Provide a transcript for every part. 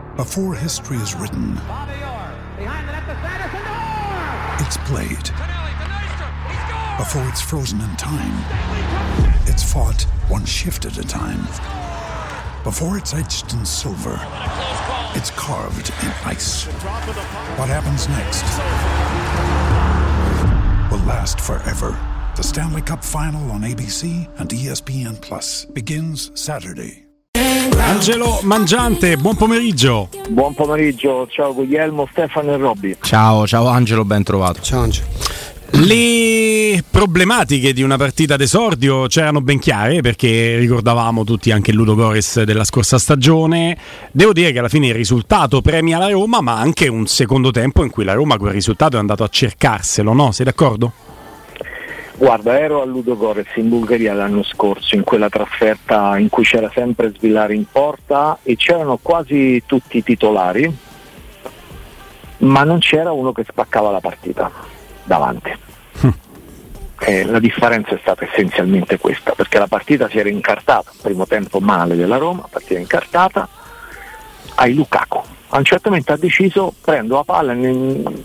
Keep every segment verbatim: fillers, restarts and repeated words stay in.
Before history is written, it's played. Before it's frozen in time, it's fought one shift at a time. Before it's etched in silver, it's carved in ice. What happens next will last forever. The Stanley Cup Final on A B C and E S P N Plus begins Saturday. Angelo Mangiante, buon pomeriggio. Buon pomeriggio, ciao Guglielmo, Stefano e Robby. Ciao, ciao Angelo, ben trovato. Ciao Angelo. Le problematiche di una partita d'esordio c'erano ben chiare, perché ricordavamo tutti anche il Ludogorets della scorsa stagione. Devo dire che alla fine il risultato premia la Roma, ma anche un secondo tempo in cui la Roma quel risultato è andato a cercarselo, no? Sei d'accordo? Guarda, ero a Ludogorets in Bulgaria l'anno scorso, in quella trasferta in cui c'era sempre Svilare in porta e c'erano quasi tutti i titolari, ma non c'era uno che spaccava la partita davanti. Hm. Eh, la differenza è stata essenzialmente questa, perché la partita si era incartata, primo tempo male della Roma, partita incartata, ai Lukaku. A un certo momento ha deciso, prendo la palla, ne,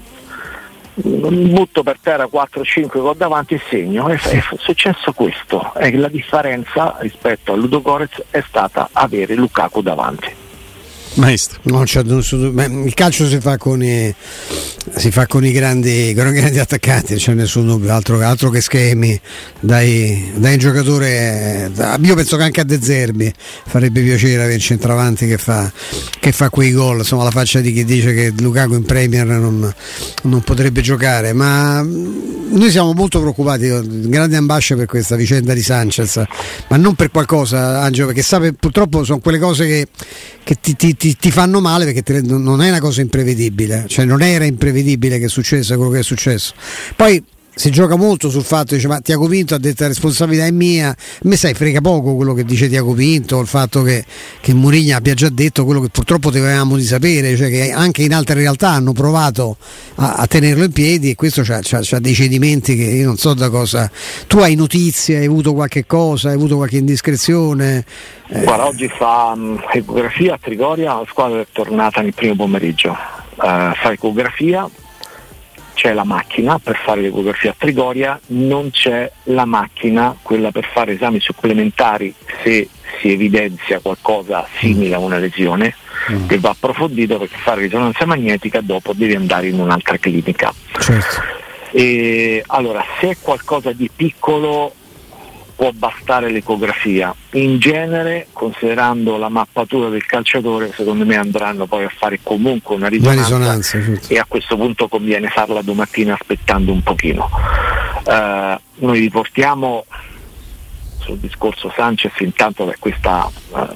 butto per terra quattro cinque gol davanti e segno. È, è successo questo, e la differenza rispetto a Ludogorets è stata avere Lukaku davanti. Maestro, no, cioè, il calcio si fa con i, si fa con i grandi, con i grandi attaccanti, non c'è nessun dubbio, altro, altro che schemi dai, dai giocatore. Io penso che anche a De Zerbi farebbe piacere avere un centravanti che fa, che fa quei gol, insomma, la faccia di chi dice che Lukaku in Premier non, non potrebbe giocare. Ma noi siamo molto preoccupati, grande ambascia per questa vicenda di Sanchez, ma non per qualcosa, Angelo, perché sa, purtroppo sono quelle cose che, che ti, ti Ti, ti fanno male, perché te, non è una cosa imprevedibile, cioè non era imprevedibile che successe quello che è successo. Poi si gioca molto sul fatto, dice, ma Tiago Pinto ha detto la responsabilità è mia. A me sai frega poco quello che dice Tiago Pinto, il fatto che, che Mourinho abbia già detto quello che purtroppo dovevamo di sapere, cioè che anche in altre realtà hanno provato a, a tenerlo in piedi, e questo c'ha, c'ha, c'ha dei cedimenti che io non so da cosa. Tu hai notizie, hai avuto qualche cosa, hai avuto qualche indiscrezione? Eh. Guarda, oggi fa um, ecografia a Trigoria, la squadra è tornata nel primo pomeriggio, uh, fa ecografia, c'è la macchina per fare l'ecografia a Trigoria, non c'è la macchina, quella per fare esami supplementari se si evidenzia qualcosa simile a una lesione, mm. che va approfondito, perché fare risonanza magnetica dopo devi andare in un'altra clinica. Certo. E, allora, se è qualcosa di piccolo può bastare l'ecografia. In genere, considerando la mappatura del calciatore, secondo me andranno poi a fare comunque una risonanza, una risonanza e a questo punto conviene farla domattina aspettando un pochino. Uh, noi riportiamo sul discorso Sanchez intanto che questa uh,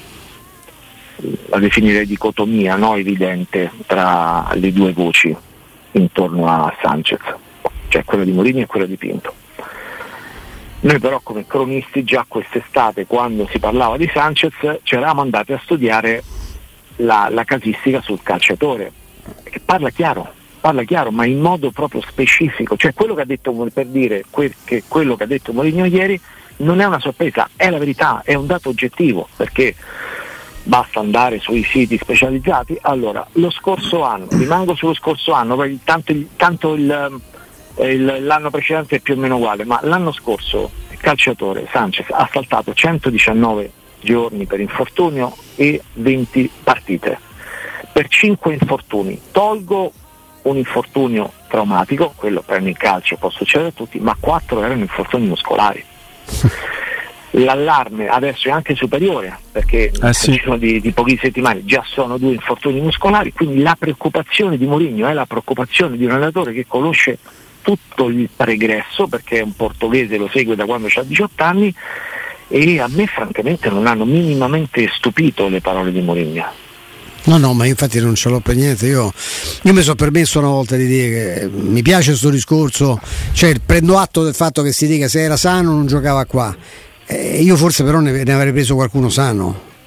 la definire dicotomia, no, evidente tra le due voci intorno a Sanchez, cioè quella di Mourinho e quella di Pinto. Noi però come cronisti già quest'estate, quando si parlava di Sanchez, ci eravamo andati a studiare la, la casistica sul calciatore, che parla chiaro, parla chiaro, ma in modo proprio specifico, cioè quello che ha detto, per dire que, che quello che ha detto Mourinho ieri non è una sorpresa, è la verità, è un dato oggettivo, perché basta andare sui siti specializzati. Allora, lo scorso anno, rimango sullo scorso anno, perché tanto il, tanto il Il, l'anno precedente è più o meno uguale, ma l'anno scorso il calciatore Sanchez ha saltato centodiciannove giorni per infortunio e venti partite per cinque infortuni. Tolgo un infortunio traumatico, quello per il calcio può succedere a tutti, ma quattro erano infortuni muscolari. L'allarme adesso è anche superiore, perché eh sì. ci sono di, di poche settimane già sono due infortuni muscolari, quindi la preoccupazione di Mourinho è la preoccupazione di un allenatore che conosce tutto il pregresso, perché è un portoghese, lo segue da quando ha diciotto anni, e a me francamente non hanno minimamente stupito le parole di Mourinho. No, no, ma infatti non ce l'ho per niente. Io, io mi sono permesso una volta di dire che mi piace questo discorso, cioè prendo atto del fatto che si dica se era sano non giocava qua. Eh, io forse però ne, ne avrei preso qualcuno sano.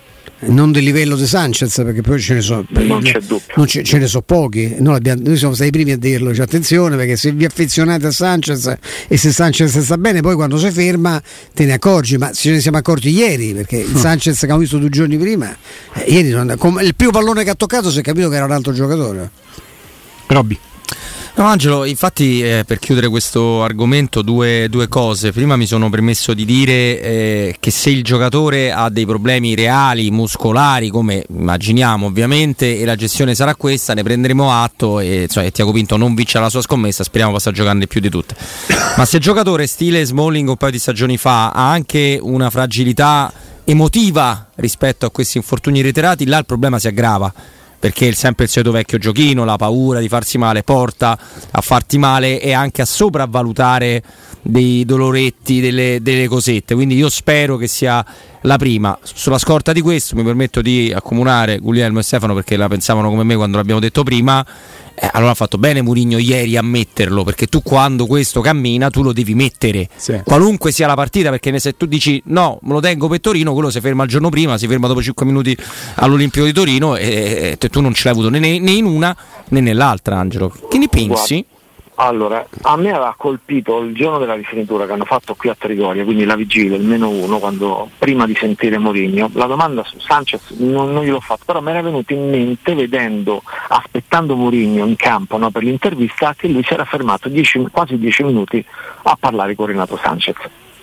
non del livello di Sanchez, perché poi ce ne sono, non c'è dubbio, non ce, ce ne sono pochi. Noi, abbiamo, noi siamo stati i primi a dirlo, cioè, attenzione, perché se vi affezionate a Sanchez e se Sanchez sta bene, poi quando si ferma te ne accorgi, ma ce ne siamo accorti ieri, perché il Sanchez che abbiamo visto due giorni prima, eh, ieri non, com, il primo pallone che ha toccato si è capito che era un altro giocatore. Robby. No, Angelo, infatti eh, per chiudere questo argomento due, due cose. Prima mi sono permesso di dire eh, che se il giocatore ha dei problemi reali, muscolari, come immaginiamo ovviamente, e la gestione sarà questa, ne prenderemo atto e cioè, Tiago Pinto non vince la sua scommessa, speriamo possa giocare più di tutte. Ma se il giocatore stile Smalling un paio di stagioni fa ha anche una fragilità emotiva rispetto a questi infortuni reiterati, là il problema si aggrava, perché è sempre il solito vecchio giochino, la paura di farsi male porta a farti male e anche a sopravvalutare dei doloretti, delle, delle cosette. Quindi io spero che sia la prima. Sulla scorta di questo mi permetto di accomunare Guglielmo e Stefano, perché la pensavano come me quando l'abbiamo detto prima. Eh, allora ha fatto bene Mourinho ieri a metterlo, perché tu quando questo cammina tu lo devi mettere, sì, qualunque sia la partita, perché se tu dici no, me lo tengo per Torino, quello si ferma il giorno prima, si ferma dopo cinque minuti all'Olimpico di Torino e, e tu non ce l'hai avuto né, né in una né nell'altra. Angelo, che ne pensi? Allora, a me aveva colpito il giorno della rifinitura che hanno fatto qui a Trigoria, quindi la vigilia, il meno uno, quando prima di sentire Mourinho, la domanda su Sanchez non, non gliel'ho fatta, però mi era venuto in mente vedendo, aspettando Mourinho in campo, no, per l'intervista, che lui si era fermato dieci, quasi dieci minuti a parlare con Renato Sanchez.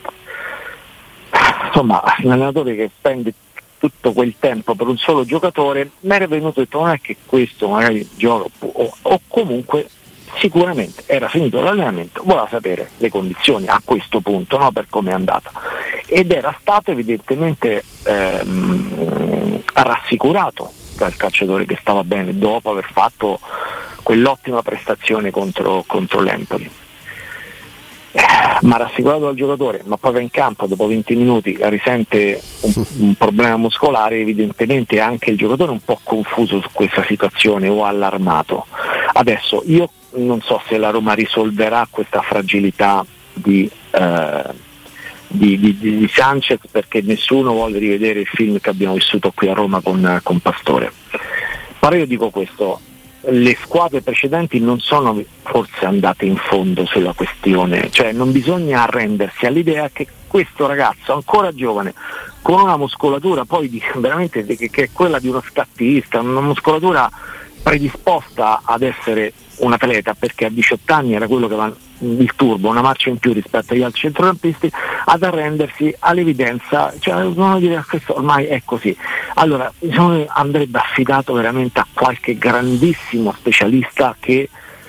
Insomma, un allenatore che spende tutto quel tempo per un solo giocatore, mi era venuto e detto non è che questo magari gioca o, o comunque sicuramente era finito l'allenamento, voleva sapere le condizioni a questo punto, no, per come è andata, ed era stato evidentemente ehm, rassicurato dal calciatore che stava bene dopo aver fatto quell'ottima prestazione contro, contro l'Empoli. Eh, ma rassicurato dal giocatore, ma poi va in campo dopo venti minuti risente un, un problema muscolare, evidentemente anche il giocatore è un po' confuso su questa situazione o allarmato. Adesso io non so se la Roma risolverà questa fragilità di, eh, di, di, di Sanchez, perché nessuno vuole rivedere il film che abbiamo vissuto qui a Roma con, con Pastore. Però io dico questo, le squadre precedenti non sono forse andate in fondo sulla questione, cioè non bisogna arrendersi all'idea che questo ragazzo ancora giovane, con una muscolatura poi di, veramente che, che è quella di uno scattista, una muscolatura predisposta ad essere un atleta, perché a diciotto anni era quello che va il turbo, una marcia in più rispetto agli altri centrocampisti, ad arrendersi all'evidenza, cioè non dire questo ormai è così. Allora andrebbe affidato veramente a qualche grandissimo specialista che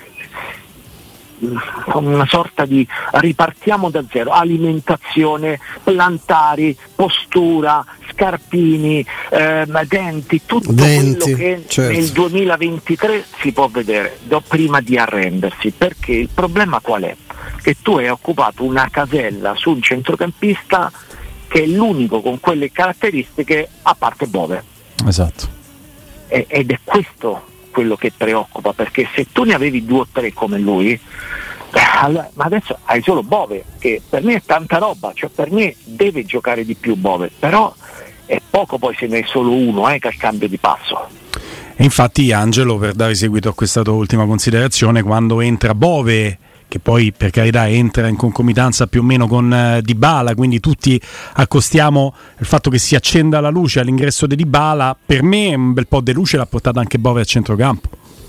una sorta di ripartiamo da zero, alimentazione, plantari, postura, scarpini, eh, denti, tutto denti, quello che certo. Nel duemilaventitré si può vedere do, prima di arrendersi, perché il problema qual è? Che tu hai occupato una casella su un centrocampista che è l'unico con quelle caratteristiche a parte Bove. Esatto. E, ed è questo quello che preoccupa, perché se tu ne avevi due o tre come lui, allora, ma adesso hai solo Bove, che per me è tanta roba, cioè per me deve giocare di più Bove, però è poco poi se ne è solo uno eh, che ha il cambio di passo. E infatti Angelo, per dare seguito a questa tua ultima considerazione, quando entra Bove, che poi per carità entra in concomitanza più o meno con uh, Dybala, quindi tutti accostiamo il fatto che si accenda la luce all'ingresso di Dybala, per me un bel po' di luce l'ha portata anche Bove a centrocampo.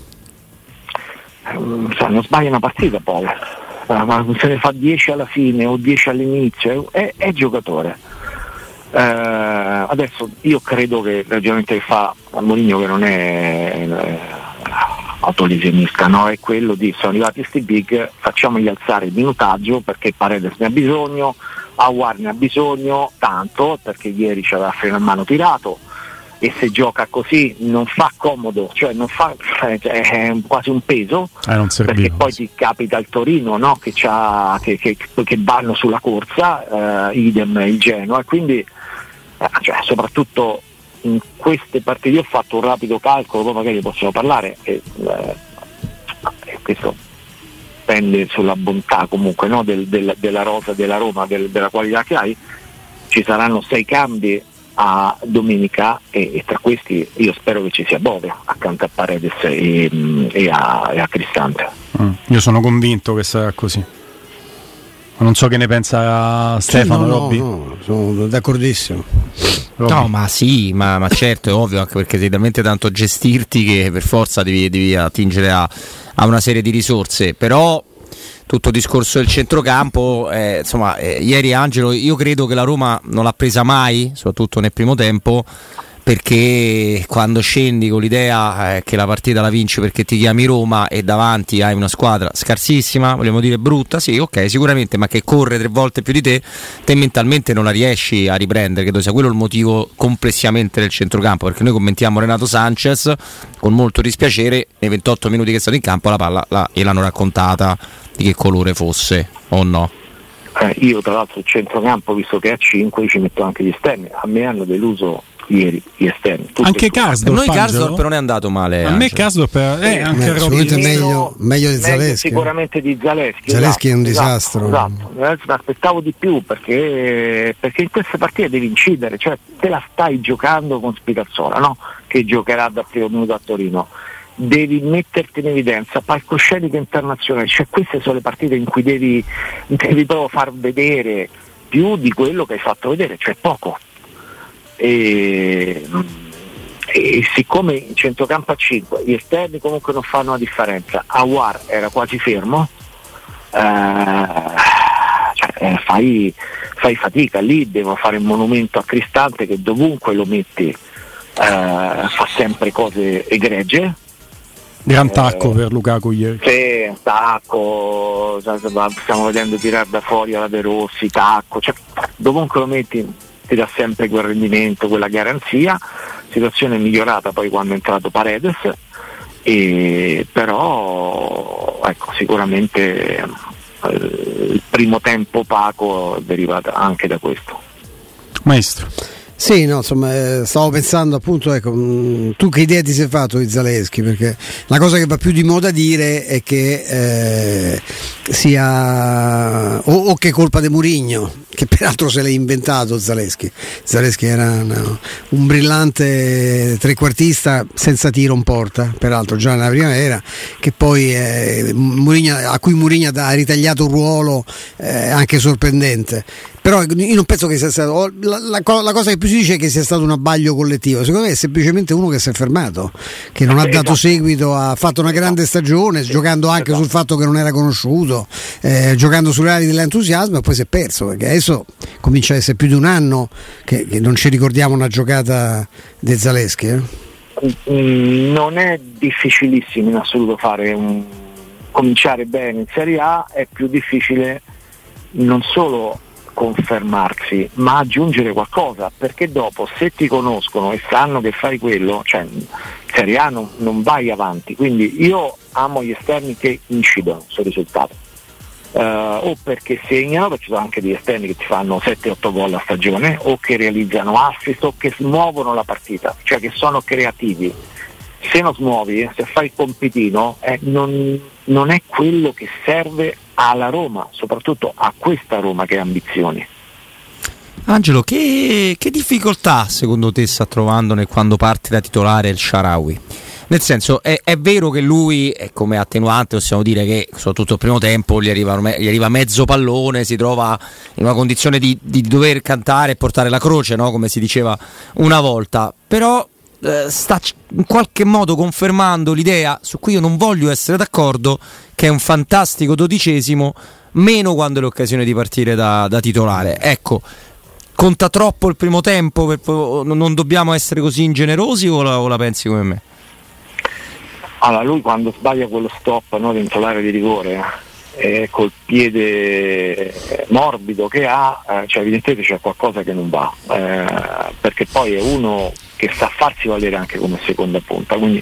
Um, so, non sbaglia una partita Bove, uh, ma se ne fa dieci alla fine o dieci all'inizio, è, è giocatore. Uh, adesso io credo che il ragionamento che fa Mourinho, che non è eh, autolesionista, no? È quello di sono arrivati questi big, facciamogli alzare il minutaggio perché Paredes ne ha bisogno, Aouar ne ha bisogno tanto perché ieri c'aveva freno a mano tirato e se gioca così non fa comodo, cioè non fa, è quasi un peso, eh, non serviva, perché poi ti capita il Torino, no? che, c'ha, che, che, che vanno sulla corsa, eh, idem il Genoa, e quindi eh, cioè, soprattutto in queste partite ho fatto un rapido calcolo, poi magari possiamo parlare e, eh, e questo pende sulla bontà comunque, no? del, del, della rosa della Roma, del, della qualità che hai. Ci saranno sei cambi a domenica, e, e tra questi io spero che ci sia Bove accanto a Paredes e, e, a, e a Cristante. Mm, io sono convinto che sarà così. Non so che ne pensa Stefano. Sì, no, Robby. no, no, sono d'accordissimo. Robby. No, ma sì, ma, ma certo, è ovvio, anche perché sei talmente tanto gestirti che per forza devi, devi attingere a, a una serie di risorse. Però tutto il discorso del centrocampo, eh, insomma, eh, ieri Angelo, io credo che la Roma non l'ha presa mai, soprattutto nel primo tempo, perché quando scendi con l'idea eh, che la partita la vinci perché ti chiami Roma e davanti hai una squadra scarsissima, vogliamo dire brutta, sì, ok, sicuramente, ma che corre tre volte più di te, te mentalmente non la riesci a riprendere. Credo sia quello il motivo complessivamente del centrocampo, perché noi commentiamo Renato Sanchez con molto dispiacere, nei ventotto minuti che è stato in campo la palla la, gliel'hanno raccontata di che colore fosse, o no? Eh, io tra l'altro il centrocampo, visto che è a cinque, ci metto anche gli esterni. A me hanno deluso ieri gli esterni. Anche Karsdorp. Noi Karsdorp non è andato male. A me Karsdorp eh, anche eh, sicuramente meglio, meglio di Zaleschi. Sicuramente di Zaleschi. Zaleschi esatto, è un esatto, disastro. Esatto. Mi aspettavo di più perché, perché in queste partite devi incidere, cioè te la stai giocando con Spinazzola, no? Che giocherà dal primo minuto a Torino. Devi metterti in evidenza, palcoscenico internazionale, cioè queste sono le partite in cui devi, devi proprio far vedere più di quello che hai fatto vedere, cioè poco. E, e siccome in centrocampo a cinque gli esterni comunque non fanno la differenza, Aouar era quasi fermo, eh, cioè, eh, fai, fai fatica, lì devo fare un monumento a Cristante che dovunque lo metti eh, fa sempre cose egregie. Gran tacco eh, per Lukaku ieri. Sì, tacco, stiamo vedendo tirare da fuori alla De Rossi, tacco, cioè, dovunque lo metti ti dà sempre quel rendimento, quella garanzia. Situazione migliorata poi quando è entrato Paredes, e però ecco, sicuramente eh, il primo tempo opaco deriva anche da questo. Maestro. Sì, no, insomma, eh, stavo pensando appunto, ecco, mh, tu che idea ti sei fatto di Zaleschi? Perché la cosa che va più di moda dire è che eh, sia o, o che è colpa di Mourinho, che peraltro se l'è inventato Zaleschi. Zaleschi era una, un brillante trequartista senza tiro in porta, peraltro già nella primavera, che poi eh, Mourinho, a cui Mourinho ha ritagliato un ruolo eh, anche sorprendente. Però io non penso che sia stato la, la, la cosa che più si dice è che sia stato un abbaglio collettivo. Secondo me è semplicemente uno che si è fermato, che non ha dato seguito, ha fatto una grande stagione giocando anche sul fatto che non era conosciuto, eh, giocando sulle ali dell'entusiasmo, e poi si è perso, perché adesso comincia a essere più di un anno che, che non ci ricordiamo una giocata di Zaleschi. eh? Non è difficilissimo in assoluto fare un cominciare bene in Serie A, è più difficile non solo confermarsi ma aggiungere qualcosa, perché dopo se ti conoscono e sanno che fai quello, cioè in Serie A non, non vai avanti. Quindi io amo gli esterni che incidono sul risultato, uh, o perché segnano, perché ci sono anche degli esterni che ti fanno sette otto gol a stagione, o che realizzano assist, o che smuovono la partita, cioè che sono creativi. Se non smuovi, se fai il compitino, eh, non, non è quello che serve alla Roma, soprattutto a questa Roma che ha ambizioni. Angelo, che, che difficoltà secondo te sta trovando nel quando parte da titolare il Shaarawy? Nel senso, è, è vero che lui, è come attenuante, possiamo dire che soprattutto il primo tempo gli arriva, gli arriva mezzo pallone, si trova in una condizione di, di dover cantare e portare la croce, no? Come si diceva una volta, però eh, sta in qualche modo confermando l'idea su cui io non voglio essere d'accordo, che è un fantastico dodicesimo, meno quando è l'occasione di partire da, da titolare. Ecco, conta troppo il primo tempo, per, non dobbiamo essere così ingenerosi, o la, o la pensi come me? Allora, lui quando sbaglia quello stop, no, dentro l'area di rigore, eh, col piede morbido che ha, eh, cioè evidentemente c'è qualcosa che non va, eh, perché poi è uno che sa farsi valere anche come seconda punta, quindi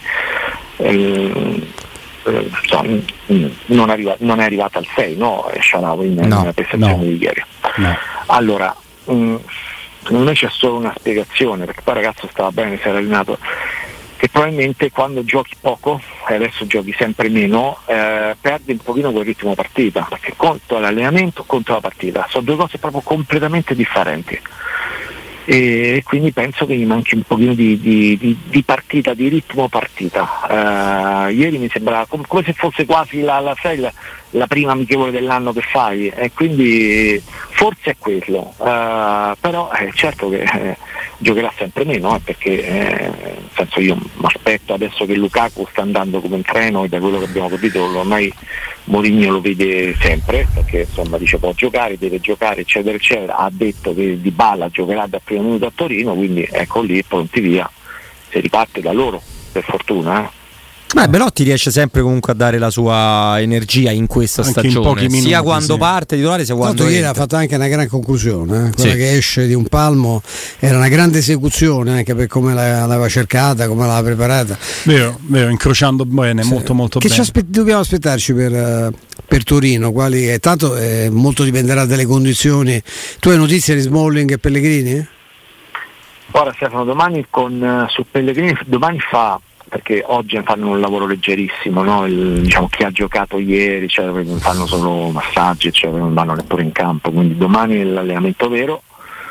eh, eh, so, non, arriva, non è arrivata al sei, no? Shaarawy in no, una prestazione no, di ieri. No. Allora, mh, secondo me c'è solo una spiegazione, perché poi il ragazzo stava bene, si era allenato, che probabilmente quando giochi poco, e adesso giochi sempre meno, eh, perdi un pochino quel ritmo partita, perché conto l'allenamento, conto la partita, sono due cose proprio completamente differenti. e quindi penso che gli manchi un pochino di, di, di, di partita, di ritmo partita. Uh, ieri mi sembrava com- come se fosse quasi la, la, la, la prima amichevole dell'anno che fai, e quindi forse è quello, uh, però è eh, certo che eh, giocherà sempre meno, eh, perché eh, nel senso, io mi aspetto adesso che Lukaku sta andando come un treno, e da quello che abbiamo capito ormai Mourinho lo vede sempre, perché insomma dice può giocare, deve giocare, eccetera eccetera. Ha detto che Dybala giocherà dal primo minuto a Torino, quindi ecco lì, pronti via, si riparte da loro, per fortuna. eh. Beh, Belotti riesce sempre comunque a dare la sua energia in questa Anche stagione, in pochi minuti, sia quando sì. parte titolare sia quando Tanto ieri ha entra. fatto anche una gran conclusione, eh? Quella Sì. che esce di un palmo era una grande esecuzione, anche per come l'aveva cercata, come l'aveva preparata. Vero, vero, incrociando bene, Sì. molto molto che bene. ci aspe- dobbiamo aspettarci per, eh, per Torino? Quali, eh, tanto eh, molto dipenderà dalle condizioni. Tu hai notizie di Smalling e Pellegrini? Ora Stefano, domani con uh, su Pellegrini, domani fa, perché oggi fanno un lavoro leggerissimo, no? Il, diciamo, chi ha giocato ieri, cioè, non fanno solo massaggi, cioè, non vanno neppure in campo, quindi domani è l'allenamento vero,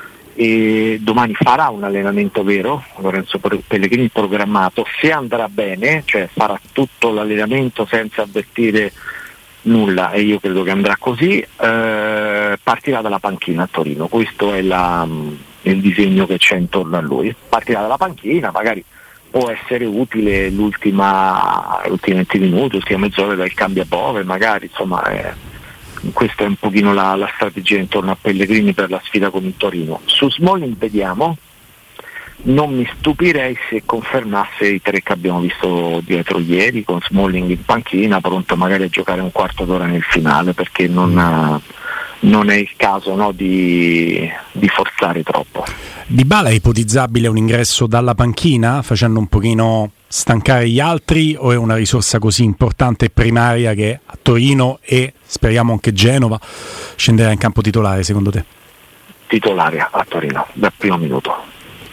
e domani farà un allenamento vero Lorenzo Pellegrini programmato, se andrà bene, cioè farà tutto l'allenamento senza avvertire nulla, e io credo che andrà così, eh, partirà dalla panchina a Torino. Questo è la, il disegno che c'è intorno a lui. Partirà dalla panchina, magari può essere utile l'ultima, l'ultimi venti minuti, l'ultima mezz'ora del cambia bove, magari, insomma, eh, questa è un pochino la, la strategia intorno a Pellegrini per la sfida con il Torino. Su Smalling vediamo, non mi stupirei se confermasse i tre che abbiamo visto dietro ieri, con Smalling in panchina, pronto magari a giocare un quarto d'ora nel finale, perché non, non è il caso, no, di, di forzare troppo. Dybala è ipotizzabile un ingresso dalla panchina, facendo un pochino stancare gli altri, o è una risorsa così importante e primaria che a Torino e speriamo anche Genova scenderà in campo titolare, secondo te? Titolare a Torino dal primo minuto.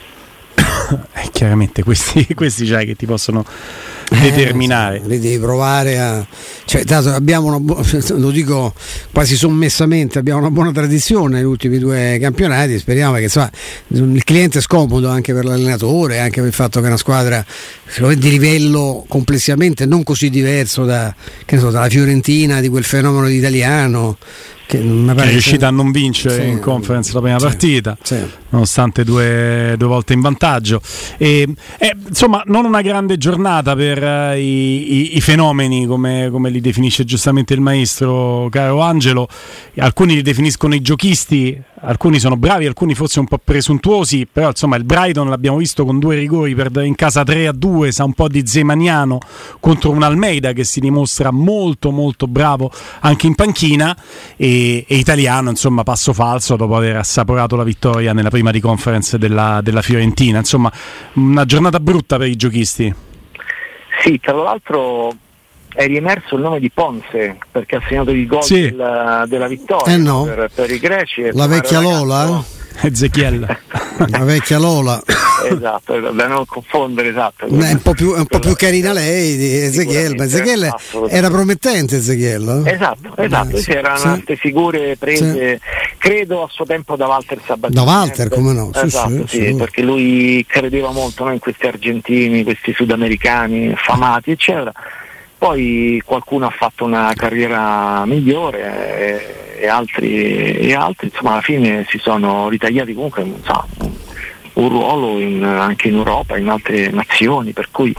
Eh, chiaramente questi, questi già che ti possono determinare. Eh, devi provare a, cioè, tanto abbiamo una bu- lo dico quasi sommessamente, abbiamo una buona tradizione negli ultimi due campionati, speriamo che insomma, il cliente è scomodo anche per l'allenatore, anche per il fatto che è una squadra di livello complessivamente non così diverso da, che ne so, dalla Fiorentina, di quel fenomeno italiano che mi pare è riuscita a non vincere sì, in conference la prima sì, partita, sì. nonostante due, due volte in vantaggio. E, eh, insomma, non una grande giornata per uh, i, i, i fenomeni, come, come li definisce giustamente il maestro caro Angelo. Alcuni li definiscono i giochisti, alcuni sono bravi, alcuni forse un po' presuntuosi, però insomma il Brighton l'abbiamo visto con due rigori perdere in casa tre a due, sa un po' di Zemaniano contro un Almeida che si dimostra molto molto bravo anche in panchina, e, e italiano, insomma, passo falso dopo aver assaporato la vittoria nella prima di conference della, della Fiorentina. Insomma, una giornata brutta per i giochisti. Sì, tra l'altro è riemerso il nome di Ponce, perché ha segnato il gol Sì. della, della vittoria, Eh no. per, per i greci. La vecchia Ragazzo- Lola, Ezechiel. la vecchia Lola. Esatto, da non confondere, esatto. È un po' più, è un po' più carina lei di Ezechiel, ma Ezechiel Assolutamente. era promettente, Ezechiel. eh? Esatto, esatto, Eh, sì, erano sì. queste figure prese, credo a suo tempo da Walter Sabatini. Da Walter, come no? Sì, Esatto, sì, sì, sì. perché lui credeva molto, no, in questi argentini, questi sudamericani affamati, eccetera. Poi qualcuno ha fatto una carriera migliore e, e altri, e altri insomma alla fine si sono ritagliati comunque, non so, un ruolo in, anche in Europa, in altre nazioni, per cui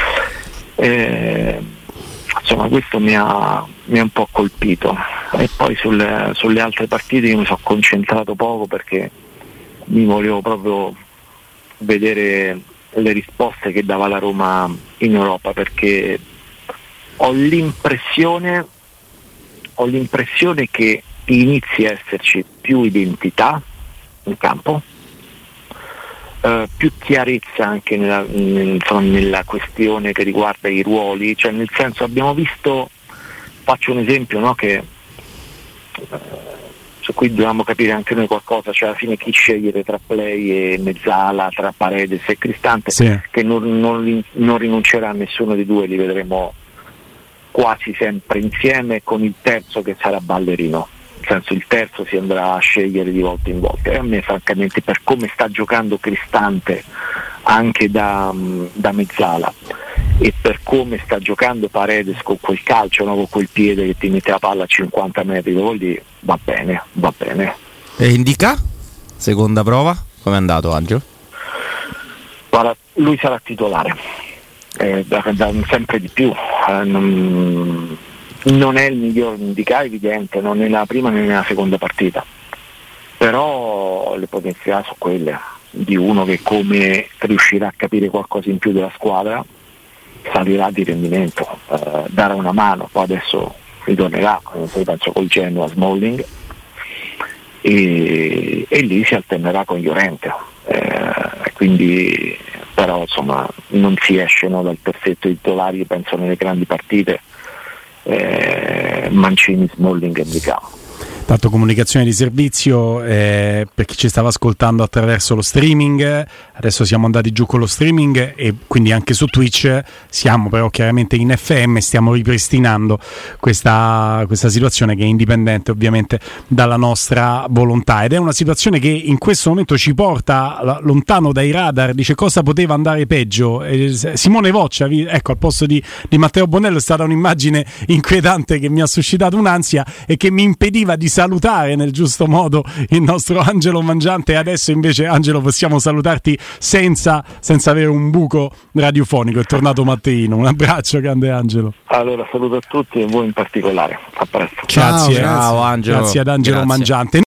eh, insomma questo mi ha, mi ha un po' colpito. E poi sulle, sulle altre partite io mi sono concentrato poco, perché mi volevo proprio vedere le risposte che dava la Roma in Europa, perché ho l'impressione ho l'impressione che inizi a esserci più identità in campo, eh, più chiarezza anche nella, insomma, nella questione che riguarda i ruoli, cioè nel senso, abbiamo visto, faccio un esempio, no, che eh, su cui dobbiamo capire anche noi qualcosa, cioè alla fine chi scegliere tra Play e Mezzala, tra Paredes e Cristante, Sì. che non, non, non rinuncerà a nessuno dei due, li vedremo quasi sempre insieme, con il terzo che sarà Ballerino. senso il terzo si andrà a scegliere di volta in volta, e a me francamente, per come sta giocando Cristante anche da, da mezzala e per come sta giocando Paredes con quel calcio, no? Con quel piede che ti mette la palla a cinquanta metri, vuol dire va bene, va bene. E Indica? Seconda prova? Come è andato, Angelo? Guarda, lui sarà titolare, eh, da, da, sempre di più, eh, non, non è il miglior Indica, evidente, non nella prima né nella seconda partita, però le potenzialità sono quelle di uno che, come riuscirà a capire qualcosa in più della squadra, salirà di rendimento, eh, darà una mano. Poi adesso ritornerà, penso col Genoa, Smalling, e, e lì si alternerà con Llorente, eh, quindi però insomma non si esce, no, dal perfetto titolari. Penso nelle grandi partite eh, Mancini, Smalling e Indica. Tanto comunicazione di servizio, eh, per chi ci stava ascoltando attraverso lo streaming, adesso siamo andati giù con lo streaming e quindi anche su Twitch siamo però chiaramente in F M, stiamo ripristinando questa, questa situazione che è indipendente ovviamente dalla nostra volontà, ed è una situazione che in questo momento ci porta lontano dai radar. Dice cosa poteva andare peggio, eh, Simone Voccia, ecco, al posto di, di Matteo Bonello. È stata un'immagine inquietante che mi ha suscitato un'ansia e che mi impediva di salutare nel giusto modo il nostro Angelo Mangiante, e adesso invece, Angelo, possiamo salutarti senza, senza avere un buco radiofonico. È tornato Matteino, un abbraccio grande Angelo. Allora saluto a tutti e voi in particolare, a presto. Grazie, ciao, ciao Angelo. Grazie ad Angelo Grazie. Mangiante.